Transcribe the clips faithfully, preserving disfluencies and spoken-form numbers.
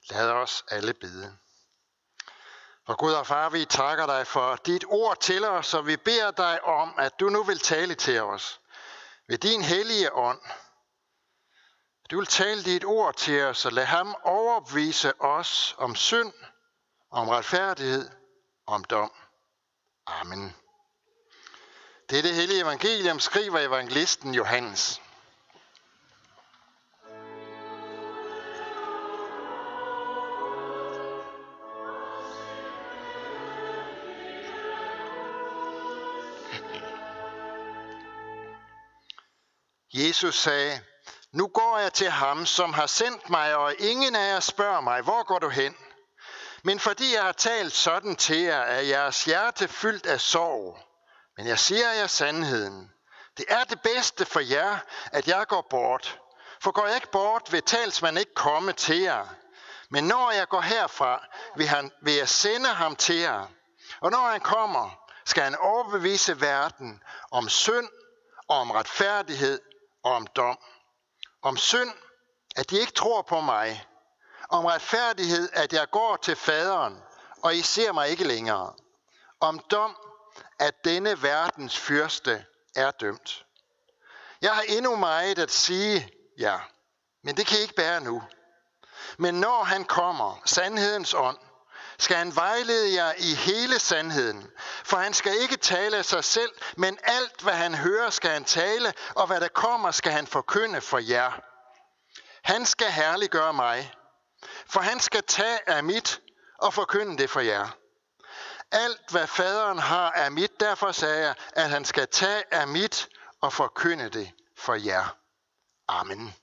Lad os alle bede. For Gud og Far, vi takker dig for dit ord til os, og vi beder dig om, at du nu vil tale til os ved din hellige ånd. Du vil tale dit ord til os, og lad ham overbevise os om synd, om retfærdighed, om dom. Amen. Det er det hellige evangelium, skriver evangelisten Johannes. Jesus sagde, nu går jeg til ham, som har sendt mig, og ingen af jer spørger mig, hvor går du hen? Men fordi jeg har talt sådan til jer, er jeres hjerte fyldt af sorg. Men jeg siger jer sandheden. Det er det bedste for jer, at jeg går bort. For går jeg ikke bort, vil talsmand ikke komme til jer. Men når jeg går herfra, vil, han, vil jeg sende ham til jer. Og når han kommer, skal han overbevise verden om synd, og om retfærdighed og om dom. Om synd, at de ikke tror på mig. Om retfærdighed, at jeg går til faderen, og I ser mig ikke længere. Om dom, at denne verdens fyrste er dømt. Jeg har endnu meget at sige jer, men det kan I ikke bære nu. Men når han kommer, sandhedens ånd, skal han vejlede jer i hele sandheden. For han skal ikke tale af sig selv, men alt hvad han hører skal han tale, og hvad der kommer skal han forkynde for jer. Han skal herliggøre mig, for han skal tage af mit og forkynde det for jer. Alt hvad faderen har er mit, derfor sagde jeg, at han skal tage af mit og forkynde det for jer. Amen.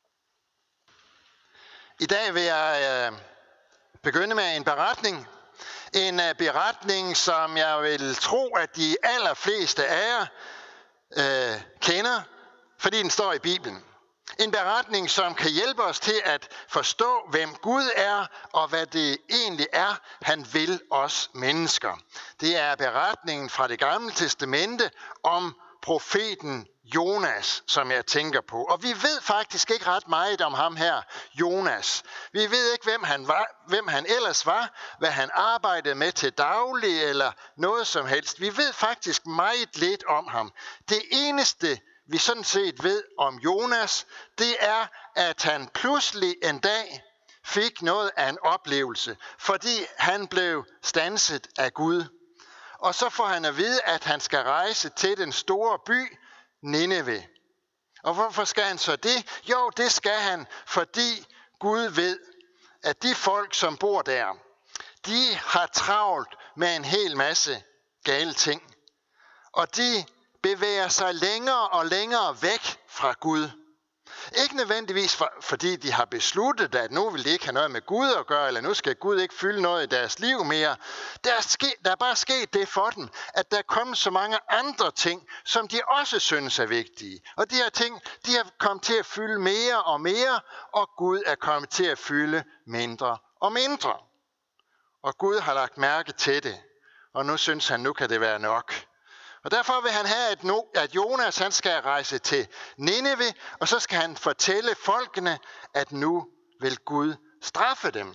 I dag vil jeg øh, begynde med en beretning. En uh, beretning, som jeg vil tro, at de allerfleste af jer uh, kender, fordi den står i Bibelen. En beretning, som kan hjælpe os til at forstå, hvem Gud er, og hvad det egentlig er, han vil os mennesker. Det er beretningen fra Det Gamle Testamente om profeten Jonas, som jeg tænker på. Og vi ved faktisk ikke ret meget om ham her, Jonas. Vi ved ikke, hvem han var, hvem han ellers var, hvad han arbejdede med til daglig eller noget som helst. Vi ved faktisk meget lidt om ham. Det eneste, vi sådan set ved om Jonas, det er, at han pludselig en dag fik noget af en oplevelse, fordi han blev standset af Gud. Og så får han at vide, at han skal rejse til den store by, Nineve. Og hvorfor skal han så det? Jo, det skal han, fordi Gud ved, at de folk, som bor der, de har travlt med en hel masse gale ting. Og de bevæger sig længere og længere væk fra Gud. Ikke nødvendigvis for, fordi de har besluttet, at nu vil de ikke have noget med Gud at gøre, eller nu skal Gud ikke fylde noget i deres liv mere. Der er, ske, der er bare sket det for dem, at der er kommet så mange andre ting, som de også synes er vigtige. Og de her ting, de er kommet til at fylde mere og mere, og Gud er kommet til at fylde mindre og mindre. Og Gud har lagt mærke til det, og nu synes han, nu kan det være nok. Og derfor vil han have, at Jonas han skal rejse til Nineve, og så skal han fortælle folkene, at nu vil Gud straffe dem.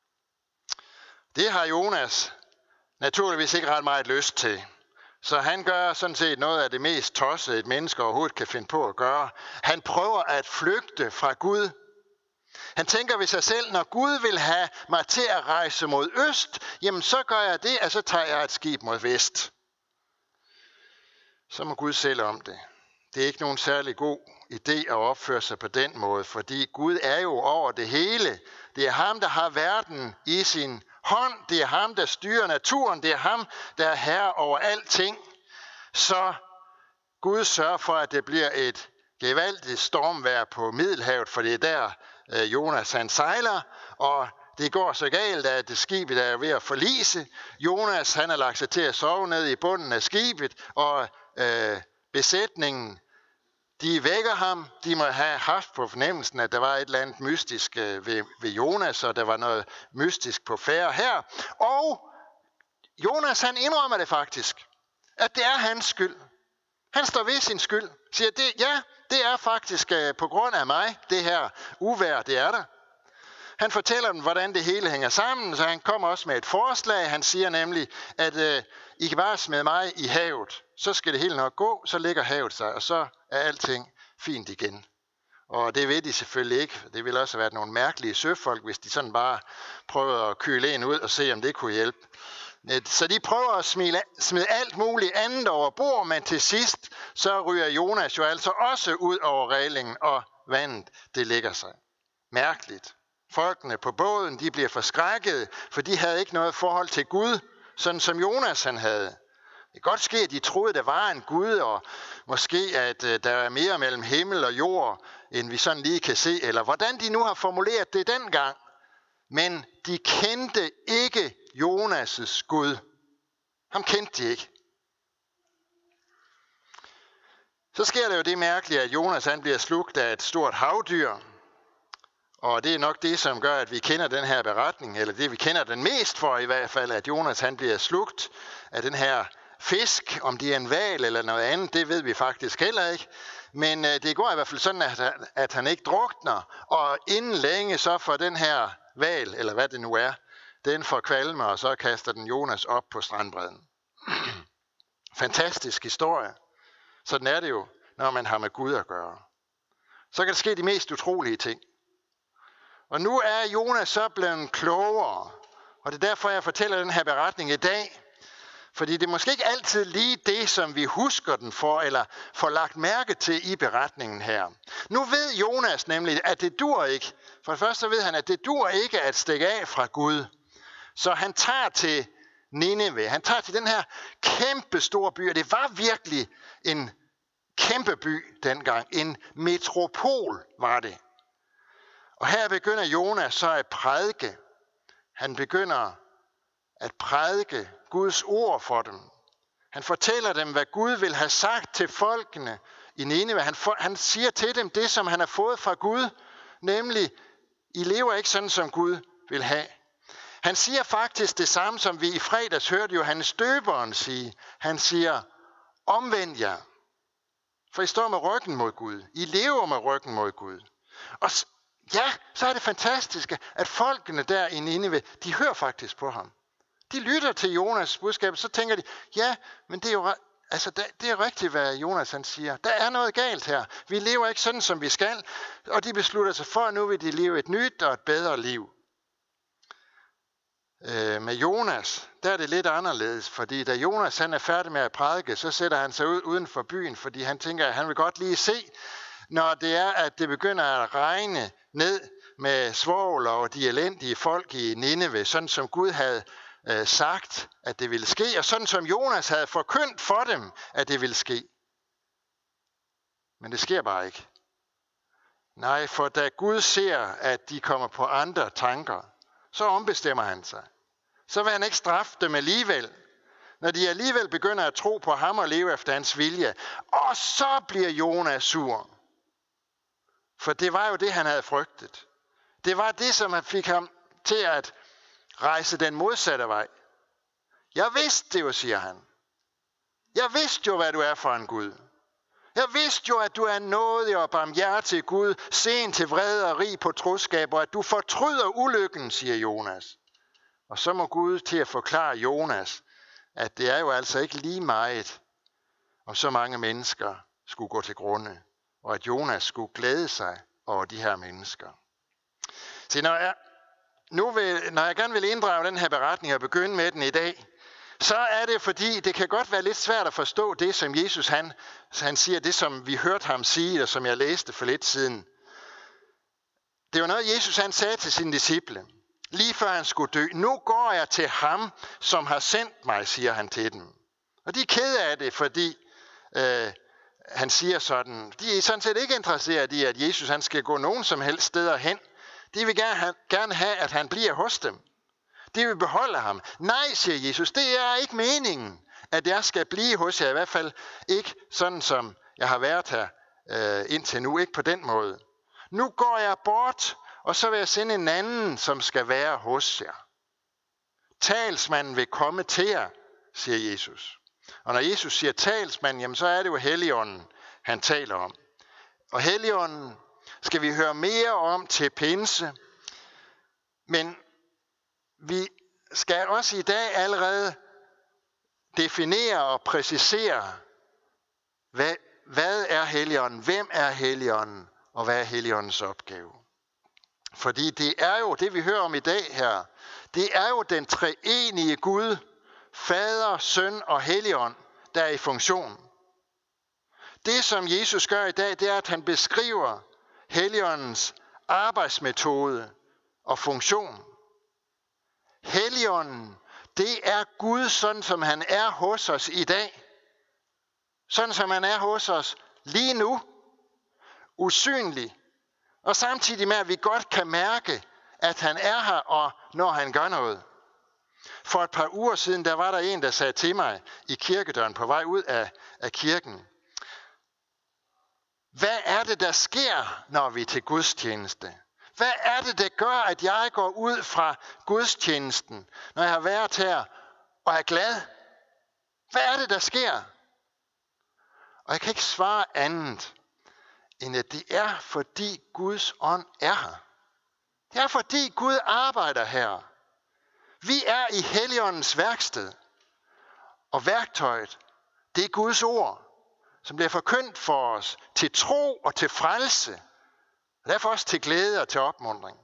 Det har Jonas naturligvis ikke ret meget lyst til. Så han gør sådan set noget af det mest tossede, et menneske overhovedet kan finde på at gøre. Han prøver at flygte fra Gud. Han tænker ved sig selv, når Gud vil have mig til at rejse mod øst, jamen så gør jeg det, og så tager jeg et skib mod vest. Så må Gud selv om det. Det er ikke nogen særlig god idé at opføre sig på den måde, fordi Gud er jo over det hele. Det er ham, der har verden i sin hånd. Det er ham, der styrer naturen. Det er ham, der er herre over alting. Så Gud sørger for, at det bliver et gevaldigt stormvejr på Middelhavet, for det er der Jonas han sejler, og det går så galt, at det skibet er ved at forlise. Jonas han har lagt sig til at sove ned i bunden af skibet, og øh, besætningen, de vækker ham. De må have haft på fornemmelsen, at der var et eller andet mystisk øh, ved, ved Jonas, og der var noget mystisk på færde her. Og Jonas han indrømmer det faktisk, at det er hans skyld. Han står ved sin skyld. Siger, det, ja, det er faktisk øh, på grund af mig, det her uvejr, det er der. Han fortæller dem, hvordan det hele hænger sammen, så han kommer også med et forslag. Han siger nemlig, at øh, I kan bare smide mig i havet. Så skal det hele nok gå, så ligger havet sig, og så er alting fint igen. Og det ved de selvfølgelig ikke. Det ville også have været nogle mærkelige søfolk, hvis de sådan bare prøvede at kyle en ud og se, om det kunne hjælpe. Så de prøver at smide, smide alt muligt andet over bord, men til sidst så ryger Jonas jo altså også ud over reglingen, og vandet det lægger sig. Mærkeligt. Folkene på båden, de bliver forskrækket, for de havde ikke noget forhold til Gud, sådan som Jonas han havde. Det kan godt ske, at de troede, der var en Gud, og måske at uh, der er mere mellem himmel og jord, end vi sådan lige kan se, eller hvordan de nu har formuleret det dengang. Men de kendte ikke Jonas' Gud. Ham kendte de ikke. Så sker der jo det mærkelige, at Jonas han bliver slugt af et stort havdyr. Og det er nok det, som gør, at vi kender den her beretning, eller det vi kender den mest for i hvert fald, at Jonas han bliver slugt af den her fisk. Om det er en hval eller noget andet, det ved vi faktisk heller ikke. Men øh, det går i hvert fald sådan, at, at han ikke drukner, og inden længe så får den her hval, eller hvad det nu er, den får kvalme, og så kaster den Jonas op på strandbredden. Fantastisk historie. Sådan er det jo, når man har med Gud at gøre. Så kan der ske de mest utrolige ting. Og nu er Jonas så blevet klogere, og det er derfor, jeg fortæller den her beretning i dag. Fordi det er måske ikke altid lige det, som vi husker den for, eller får lagt mærke til i beretningen her. Nu ved Jonas nemlig, at det dur ikke. For det første så ved han, at det dur ikke at stikke af fra Gud. Så han tager til Nineve. Han tager til den her kæmpe store by, og det var virkelig en kæmpe by dengang. En metropol var det. Og her begynder Jonas så at prædike. Han begynder at prædike Guds ord for dem. Han fortæller dem, hvad Gud vil have sagt til folkene i Nineve. Han, for, han siger til dem det, som han har fået fra Gud, nemlig, I lever ikke sådan, som Gud vil have. Han siger faktisk det samme, som vi i fredags hørte Johannes Døberen sige. Han siger, omvend jer, for I står med ryggen mod Gud. I lever med ryggen mod Gud. Og ja, så er det fantastiske, at folkene der i Nineve, de hører faktisk på ham. De lytter til Jonas' budskab, så tænker de, ja, men det er jo altså, det er rigtigt, hvad Jonas han siger. Der er noget galt her. Vi lever ikke sådan, som vi skal. Og de beslutter sig for, at nu vil de leve et nyt og et bedre liv. Øh, med Jonas, der er det lidt anderledes, fordi da Jonas han er færdig med at prædike, så sætter han sig ud uden for byen, fordi han tænker, at han vil godt lige se, når det er, at det begynder at regne ned med svovl og de elendige folk i Nineve, sådan som Gud havde øh, sagt, at det ville ske, og sådan som Jonas havde forkyndt for dem, at det ville ske. Men det sker bare ikke. Nej, for da Gud ser, at de kommer på andre tanker, så ombestemmer han sig. Så vil han ikke straffe dem alligevel, når de alligevel begynder at tro på ham og leve efter hans vilje. Og så bliver Jonas sur. For det var jo det, han havde frygtet. Det var det, som fik ham til at rejse den modsatte vej. Jeg vidste det jo, siger han. Jeg vidste jo, hvad du er for en Gud. Jeg vidste jo, at du er nådig og barmhjertig Gud, sen til vrede og rig på troskab, og at du fortryder ulykken, siger Jonas. Og så må Gud til at forklare Jonas, at det er jo altså ikke lige meget, om så mange mennesker skulle gå til grunde, og at Jonas skulle glæde sig over de her mennesker. Så når jeg, nu vil, når jeg gerne vil inddrage den her beretning og begynde med den i dag, så er det fordi, det kan godt være lidt svært at forstå det, som Jesus han, han siger, det som vi hørte ham sige, og som jeg læste for lidt siden. Det var noget, Jesus han sagde til sine disciple, lige før han skulle dø. Nu går jeg til ham, som har sendt mig, siger han til dem. Og de er kede af det, fordi øh, han siger sådan, de er sådan set ikke interesseret i, at Jesus han skal gå nogen som helst steder hen. De vil gerne have, gerne have, at han bliver hos dem. De vil beholde ham. Nej, siger Jesus, det er ikke meningen, at jeg skal blive hos jer. I hvert fald ikke sådan, som jeg har været her øh, indtil nu. Ikke på den måde. Nu går jeg bort, og så vil jeg sende en anden, som skal være hos jer. Talsmanden vil komme til jer, siger Jesus. Og når Jesus siger talsmanden, jamen så er det jo Helligånden, han taler om. Og Helligånden skal vi høre mere om til pinse. Men vi skal også i dag allerede definere og præcisere, hvad, hvad er Helligånden, hvem er Helligånden, og hvad er Helligåndens opgave. Fordi det er jo, det vi hører om i dag her, det er jo den treenige Gud, Fader, Søn og Helligånd, der er i funktion. Det, som Jesus gør i dag, det er, at han beskriver Helligåndens arbejdsmetode og funktion. Helligånden, det er Gud, sådan som han er hos os i dag. Sådan som han er hos os lige nu. Usynlig. Og samtidig med, at vi godt kan mærke, at han er her, og når han gør noget. For et par uger siden, der var der en, der sagde til mig i kirkedøren på vej ud af, af kirken: hvad er det, der sker, når vi er til gudstjeneste? Hvad er det, der gør, at jeg går ud fra gudstjenesten, når jeg har været her og er glad? Hvad er det, der sker? Og jeg kan ikke svare andet, end at det er, fordi Guds ånd er her. Det er, fordi Gud arbejder her. Vi er i Helligåndens værksted. Og værktøjet, det er Guds ord, som bliver forkyndt for os til tro og til frelse. Og derfor også til glæde og til opmuntring.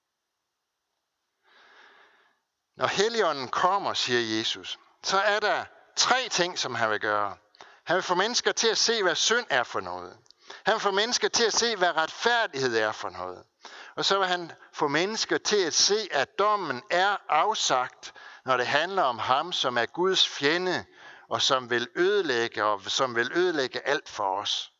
Når Helligånden kommer, siger Jesus, så er der tre ting, som han vil gøre. Han vil få mennesker til at se, hvad synd er for noget. Han vil få mennesker til at se, hvad retfærdighed er for noget. Og så vil han få mennesker til at se, at dommen er afsagt, når det handler om ham, som er Guds fjende, og som vil ødelægge, og som vil ødelægge alt for os.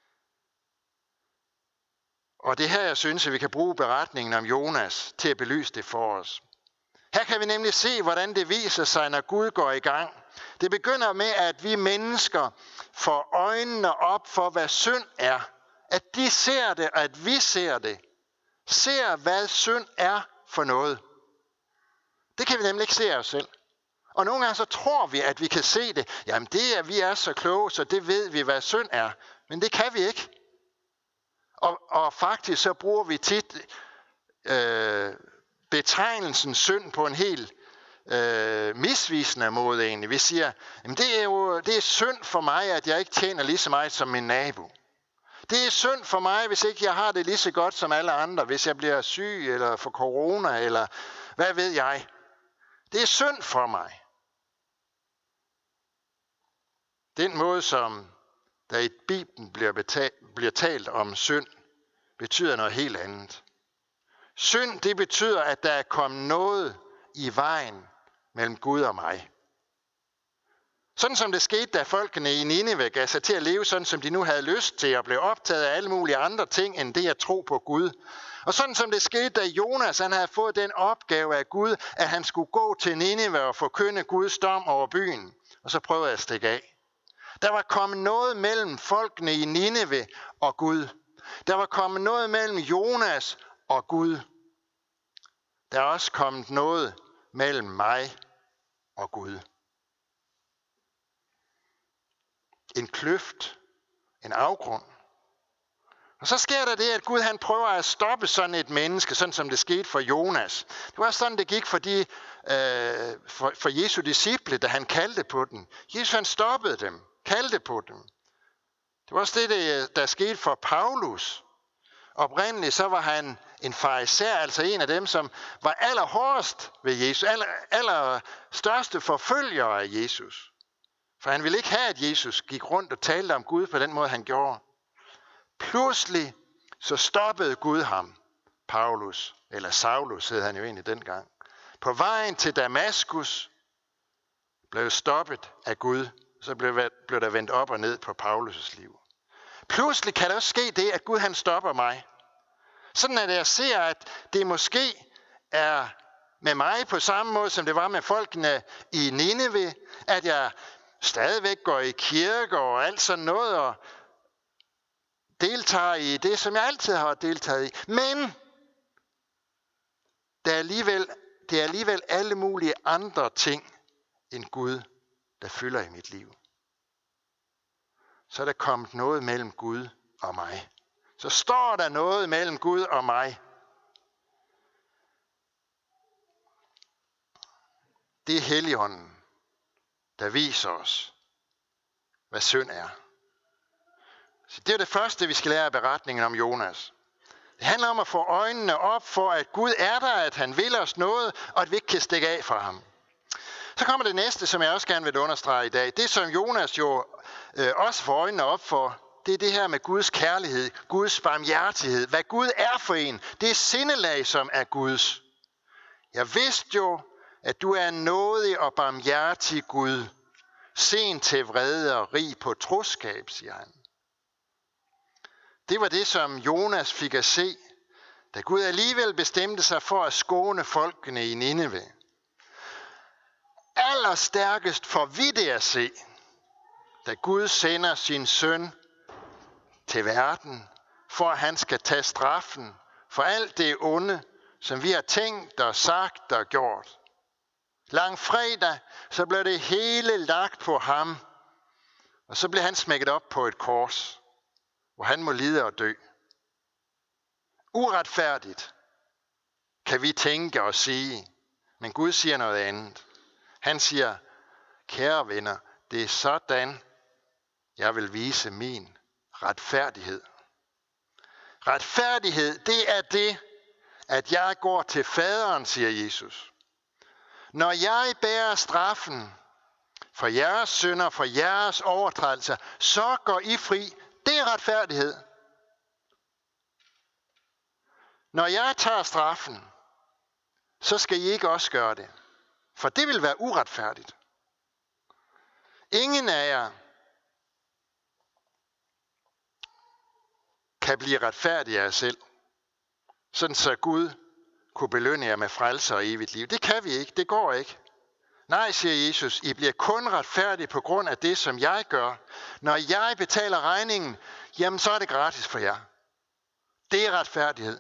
Og det er her, jeg synes, at vi kan bruge beretningen om Jonas til at belyse det for os. Her kan vi nemlig se, hvordan det viser sig, når Gud går i gang. Det begynder med, at vi mennesker får øjnene op for, hvad synd er. At de ser det, og at vi ser det. Ser, hvad synd er for noget. Det kan vi nemlig ikke se af os selv. Og nogle gange så tror vi, at vi kan se det. Jamen det er, vi er så kloge, så det ved vi, hvad synd er. Men det kan vi ikke. Og, og faktisk så bruger vi tit øh, betegnelsen synd på en helt øh, misvisende måde egentlig. Vi siger, jamen det er jo det er synd for mig, at jeg ikke tjener lige så meget som min nabo. Det er synd for mig, hvis ikke jeg har det lige så godt som alle andre. Hvis jeg bliver syg, eller får corona, eller hvad ved jeg. Det er synd for mig. Den måde, som der i Bibelen bliver, betalt, bliver talt om synd, betyder noget helt andet. Synd, det betyder, at der er kommet noget i vejen mellem Gud og mig. Sådan som det skete, da folkene i Nineve gav sig til at leve sådan, som de nu havde lyst til, og blev optaget af alle mulige andre ting, end det at tro på Gud. Og sådan som det skete, da Jonas han havde fået den opgave af Gud, at han skulle gå til Nineve og forkynde Guds dom over byen. Og så prøvede jeg at stikke af. Der var kommet noget mellem folkene i Nineve og Gud. Der var kommet noget mellem Jonas og Gud. Der er også kommet noget mellem mig og Gud. En kløft, en afgrund. Og så sker der det, at Gud han prøver at stoppe sådan et menneske, sådan som det skete for Jonas. Det var sådan, det gik for, de, øh, for, for Jesu disciple, da han kaldte på dem. Jesus han stoppede dem, kaldte på dem. Det var også det, der skete for Paulus. Oprindeligt så var han en farisæer, altså en af dem, som var allerhårdest ved Jesus, aller, allerstørste forfølger af Jesus. For han ville ikke have, at Jesus gik rundt og talte om Gud på den måde, han gjorde. Pludselig så stoppede Gud ham, Paulus, eller Saulus hed han jo egentlig dengang. På vejen til Damaskus blev stoppet af Gud, så blev, blev der vendt op og ned på Paulus' liv. Pludselig kan der også ske det, at Gud han stopper mig. Sådan at jeg ser, at det måske er med mig på samme måde, som det var med folkene i Nineve, at jeg stadigvæk går i kirke og alt sådan noget, og deltager i det, som jeg altid har deltaget i. Men der er alligevel, det er alligevel alle mulige andre ting end Gud, der fylder i mit liv. Så er der kommet noget mellem Gud og mig. Så står der noget mellem Gud og mig. Det er Helligånden, der viser os, hvad synd er. Så det er det første, vi skal lære af beretningen om Jonas. Det handler om at få øjnene op for, at Gud er der, at han vil os noget, og at vi ikke kan stikke af fra ham. Så kommer det næste, som jeg også gerne vil understrege i dag. Det, som Jonas jo øh, også får øjnene op for, det er det her med Guds kærlighed, Guds barmhjertighed. Hvad Gud er for en, det er sindelag, som er Guds. Jeg vidste jo, at du er en nådig og barmhjertig Gud, sen til vrede og rig på troskab, siger han. Det var det, som Jonas fik at se, da Gud alligevel bestemte sig for at skåne folkene i Nineve. Allerstærkest får vi det at se, da Gud sender sin søn til verden, for at han skal tage straffen for alt det onde, som vi har tænkt og sagt og gjort. Langfredag, så blev det hele lagt på ham, og så blev han smækket op på et kors, hvor han må lide og dø. Uretfærdigt, kan vi tænke og sige, men Gud siger noget andet. Han siger, kære venner, det er sådan, jeg vil vise min retfærdighed. Retfærdighed, det er det, at jeg går til faderen, siger Jesus. Når jeg bærer straffen for jeres synder, for jeres overtrædelser, så går I fri. Det er retfærdighed. Når jeg tager straffen, så skal I ikke også gøre det. For det vil være uretfærdigt. Ingen af jer kan blive retfærdige af jer selv, sådan så Gud kunne belønne jer med frelse og evigt liv. Det kan vi ikke, det går ikke. Nej, siger Jesus, I bliver kun retfærdige på grund af det, som jeg gør. Når jeg betaler regningen, jamen så er det gratis for jer. Det er retfærdighed.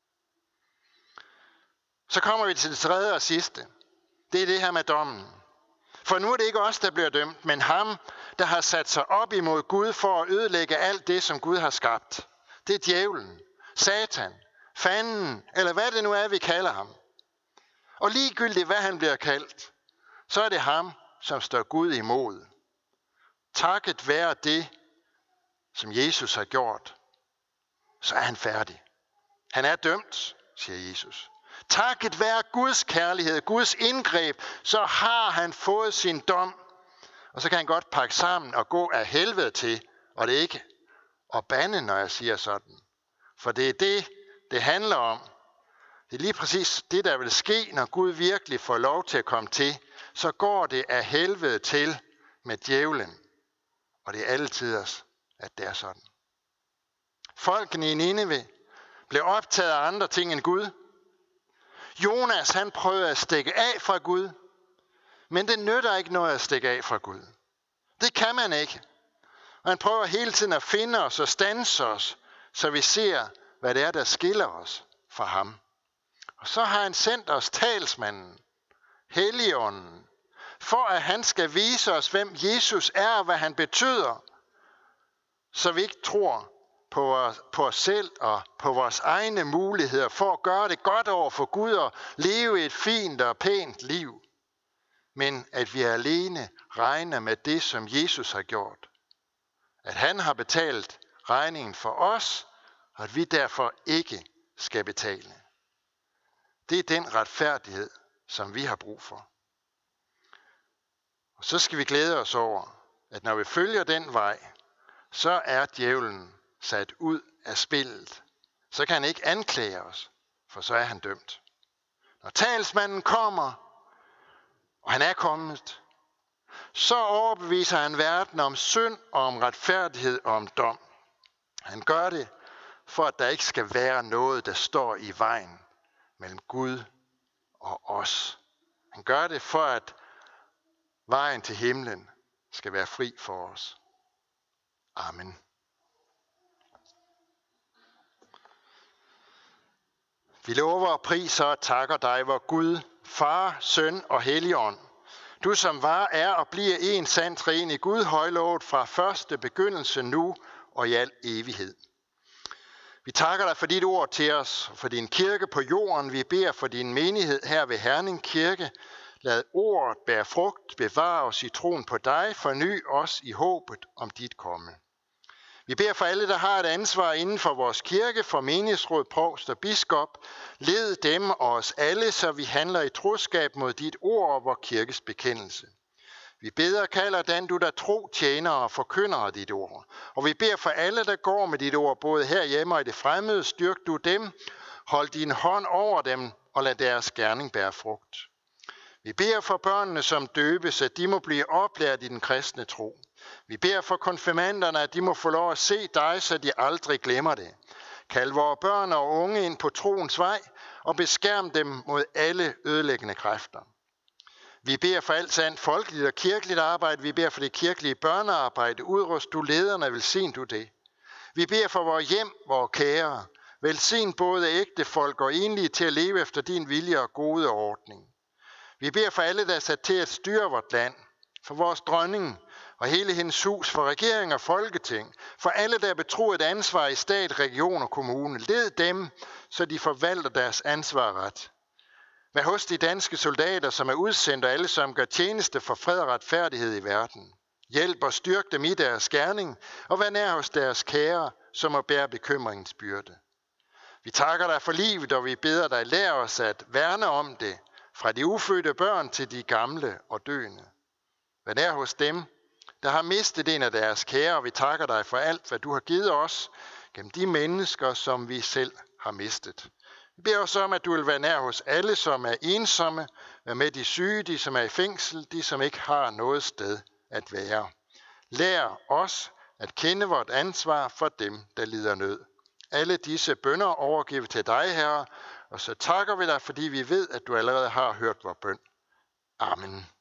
Så kommer vi til det tredje og sidste. Det er det her med dommen. For nu er det ikke os, der bliver dømt, men ham, der har sat sig op imod Gud for at ødelægge alt det, som Gud har skabt. Det er djævlen, Satan, fanden, eller hvad det nu er, vi kalder ham. Og ligegyldigt hvad han bliver kaldt, så er det ham, som står Gud imod. Takket være det, som Jesus har gjort, så er han færdig. Han er dømt, siger Jesus. Takket være Guds kærlighed, Guds indgreb, så har han fået sin dom. Og så kan han godt pakke sammen og gå af helvede til, og det er ikke at bande, når jeg siger sådan. For det er det, det handler om. Det er lige præcis det, der vil ske, når Gud virkelig får lov til at komme til. Så går det af helvede til med djævlen. Og det er altid os, at det er sådan. Folkene i Nineve blev optaget af andre ting end Gud. Jonas, han prøvede at stikke af fra Gud. Men det nytter ikke noget at stikke af fra Gud. Det kan man ikke. Og han prøver hele tiden at finde os og standse os, så vi ser, hvad det er, der skiller os fra ham. Og så har han sendt os talsmanden, Helligånden, for at han skal vise os, hvem Jesus er og hvad han betyder, så vi ikke tror på, på os selv og på vores egne muligheder for at gøre det godt over for Gud og leve et fint og pænt liv. Men at vi alene regner med det, som Jesus har gjort. At han har betalt regningen for os, og at vi derfor ikke skal betale. Det er den retfærdighed, som vi har brug for. Og så skal vi glæde os over, at når vi følger den vej, så er djævlen sat ud af spillet. Så kan han ikke anklage os, for så er han dømt. Når talsmanden kommer, og han er kommet, så overbeviser han verden om synd og om retfærdighed og om dom. Han gør det, for at der ikke skal være noget, der står i vejen mellem Gud og os. Han gør det, for at vejen til himlen skal være fri for os. Amen. Vi lover og priser og takker dig, vor Gud, Far, Søn og Helligånd. Du som var, er og bliver en sand treenig Gud, højlovet fra første begyndelse nu og i al evighed. Vi takker dig for dit ord til os, for din kirke på jorden. Vi beder for din menighed her ved Herning Kirke. Lad ordet bære frugt, bevare os i troen på dig, forny os i håbet om dit komme. Vi beder for alle, der har et ansvar inden for vores kirke, for menighedsråd, provst og biskop. Led dem og os alle, så vi handler i troskab mod dit ord og vor kirkes bekendelse. Vi beder og kalder den, du der tro, tjener og forkynder af dit ord. Og vi beder for alle, der går med dit ord, både herhjemme og i det fremmede, styrk du dem, hold din hånd over dem og lad deres gerning bære frugt. Vi beder for børnene, som døbes, at de må blive oplært i den kristne tro. Vi beder for konfirmanderne, at de må få lov at se dig, så de aldrig glemmer det. Kald vores børn og unge ind på troens vej og beskærm dem mod alle ødelæggende kræfter. Vi beder for alt sandt folkeligt og kirkeligt arbejde. Vi beder for det kirkelige børnearbejde. Udrust du lederne, velsign du det. Vi beder for vores hjem, vores kære. Velsign både ægte folk og enlige til at leve efter din vilje og gode ordning. Vi beder for alle, der er sat til at styre vort land. For vores dronning og hele hendes hus, for regering og folketing. For alle, der er betroet ansvar i stat, region og kommune. Led dem, så de forvalter deres ansvar ret. Vær hos de danske soldater, som er udsendt, og alle, som gør tjeneste for fred og retfærdighed i verden. Hjælp og styrk dem i deres gerning, og vær nær hos deres kære, som må bære bekymringens byrde. Vi takker dig for livet, og vi beder dig, lær os at værne om det, fra de ufødte børn til de gamle og døende. Vær nær hos dem, der har mistet en af deres kære, og vi takker dig for alt, hvad du har givet os, gennem de mennesker, som vi selv har mistet. Vi beder os om, at du vil være nær hos alle, som er ensomme, være med de syge, de som er i fængsel, de som ikke har noget sted at være. Lær os at kende vort ansvar for dem, der lider nød. Alle disse bønner overgiver til dig, Herre, og så takker vi dig, fordi vi ved, at du allerede har hørt vores bøn. Amen.